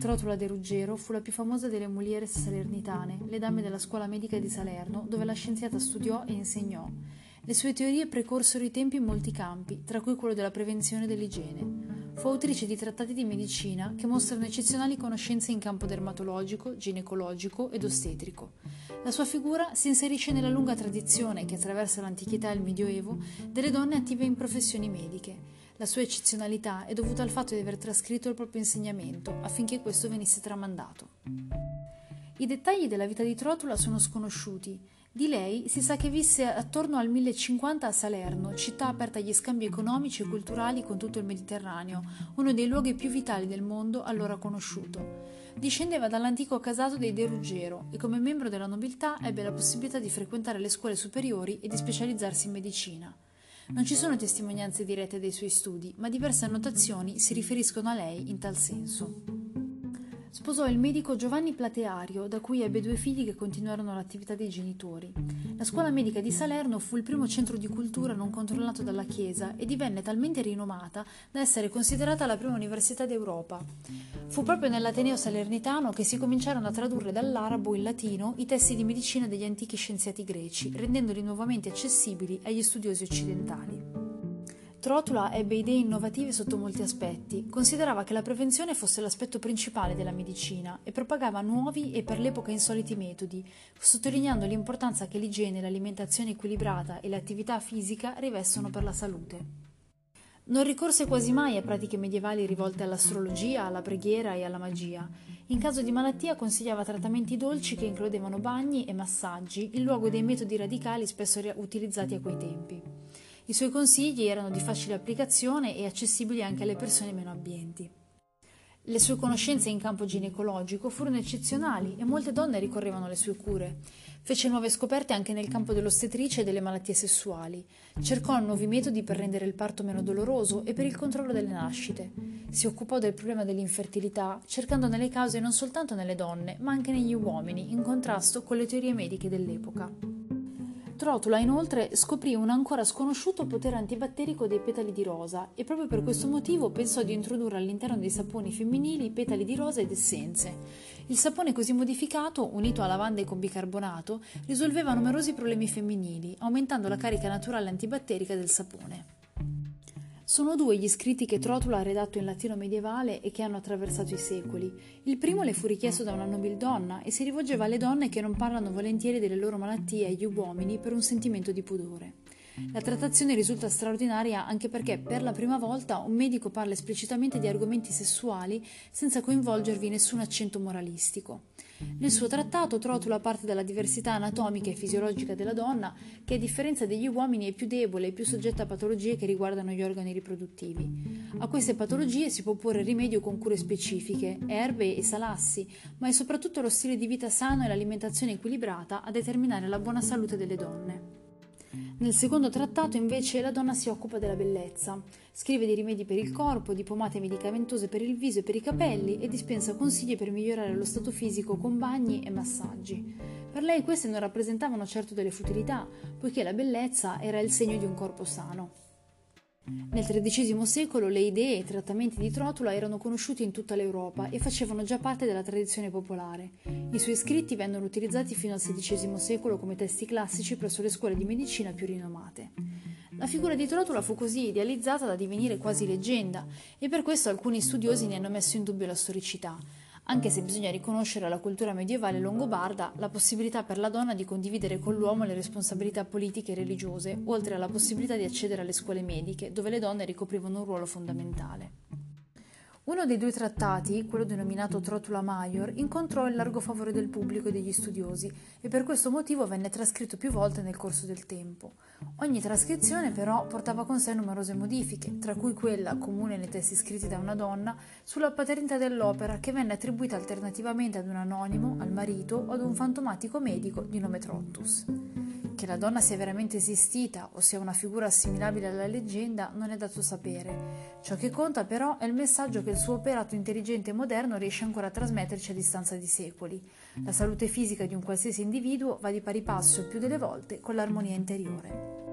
Trotula de Ruggero fu la più famosa delle mulieres salernitane, le dame della scuola medica di Salerno, dove la scienziata studiò e insegnò. Le sue teorie precorsero i tempi in molti campi, tra cui quello della prevenzione e dell'igiene. Fu autrice di trattati di medicina che mostrano eccezionali conoscenze in campo dermatologico, ginecologico ed ostetrico. La sua figura si inserisce nella lunga tradizione che attraversa l'antichità e il Medioevo delle donne attive in professioni mediche. La sua eccezionalità è dovuta al fatto di aver trascritto il proprio insegnamento affinché questo venisse tramandato. I dettagli della vita di Trotula sono sconosciuti. Di lei si sa che visse attorno al 1050 a Salerno, città aperta agli scambi economici e culturali con tutto il Mediterraneo, uno dei luoghi più vitali del mondo allora conosciuto. Discendeva dall'antico casato dei De Ruggero e come membro della nobiltà ebbe la possibilità di frequentare le scuole superiori e di specializzarsi in medicina. Non ci sono testimonianze dirette dei suoi studi, ma diverse annotazioni si riferiscono a lei in tal senso. Sposò il medico Giovanni Plateario, da cui ebbe 2 figli che continuarono l'attività dei genitori. La scuola medica di Salerno fu il primo centro di cultura non controllato dalla Chiesa e divenne talmente rinomata da essere considerata la prima università d'Europa. Fu proprio nell'Ateneo Salernitano che si cominciarono a tradurre dall'arabo in latino i testi di medicina degli antichi scienziati greci, rendendoli nuovamente accessibili agli studiosi occidentali. Trotula ebbe idee innovative sotto molti aspetti, considerava che la prevenzione fosse l'aspetto principale della medicina e propagava nuovi e per l'epoca insoliti metodi, sottolineando l'importanza che l'igiene, l'alimentazione equilibrata e l'attività fisica rivestono per la salute. Non ricorse quasi mai a pratiche medievali rivolte all'astrologia, alla preghiera e alla magia. In caso di malattia consigliava trattamenti dolci che includevano bagni e massaggi, in luogo dei metodi radicali spesso utilizzati a quei tempi. I suoi consigli erano di facile applicazione e accessibili anche alle persone meno abbienti. Le sue conoscenze in campo ginecologico furono eccezionali e molte donne ricorrevano alle sue cure. Fece nuove scoperte anche nel campo dell'ostetricia e delle malattie sessuali. Cercò nuovi metodi per rendere il parto meno doloroso e per il controllo delle nascite. Si occupò del problema dell'infertilità, cercandone le cause non soltanto nelle donne, ma anche negli uomini, in contrasto con le teorie mediche dell'epoca. Trotula inoltre scoprì un ancora sconosciuto potere antibatterico dei petali di rosa e proprio per questo motivo pensò di introdurre all'interno dei saponi femminili petali di rosa ed essenze. Il sapone così modificato, unito a lavanda e con bicarbonato, risolveva numerosi problemi femminili, aumentando la carica naturale antibatterica del sapone. Sono 2 gli scritti che Trotula ha redatto in latino medievale e che hanno attraversato i secoli. Il primo le fu richiesto da una nobildonna e si rivolgeva alle donne che non parlano volentieri delle loro malattie agli uomini per un sentimento di pudore. La trattazione risulta straordinaria anche perché per la prima volta un medico parla esplicitamente di argomenti sessuali senza coinvolgervi nessun accento moralistico. Nel suo trattato Trotula parte dalla diversità anatomica e fisiologica della donna, che a differenza degli uomini è più debole e più soggetta a patologie che riguardano gli organi riproduttivi. A queste patologie si può porre rimedio con cure specifiche, erbe e salassi, ma è soprattutto lo stile di vita sano e l'alimentazione equilibrata a determinare la buona salute delle donne. Nel secondo trattato invece la donna si occupa della bellezza, scrive di rimedi per il corpo, di pomate medicamentose per il viso e per i capelli e dispensa consigli per migliorare lo stato fisico con bagni e massaggi. Per lei queste non rappresentavano certo delle futilità, poiché la bellezza era il segno di un corpo sano. Nel XIII secolo le idee e i trattamenti di Trotula erano conosciuti in tutta l'Europa e facevano già parte della tradizione popolare. I suoi scritti vennero utilizzati fino al XVI secolo come testi classici presso le scuole di medicina più rinomate. La figura di Trotula fu così idealizzata da divenire quasi leggenda e per questo alcuni studiosi ne hanno messo in dubbio la storicità. Anche se bisogna riconoscere alla cultura medievale longobarda la possibilità per la donna di condividere con l'uomo le responsabilità politiche e religiose, oltre alla possibilità di accedere alle scuole mediche, dove le donne ricoprivano un ruolo fondamentale. Uno dei 2 trattati, quello denominato Trotula Maior, incontrò il largo favore del pubblico e degli studiosi e per questo motivo venne trascritto più volte nel corso del tempo. Ogni trascrizione però portava con sé numerose modifiche, tra cui quella, comune nei testi scritti da una donna, sulla paternità dell'opera che venne attribuita alternativamente ad un anonimo, al marito o ad un fantomatico medico di nome Trottus. Che la donna sia veramente esistita o sia una figura assimilabile alla leggenda non è dato sapere. Ciò che conta però è il messaggio che il suo operato intelligente e moderno riesce ancora a trasmetterci a distanza di secoli. La salute fisica di un qualsiasi individuo va di pari passo più delle volte con l'armonia interiore.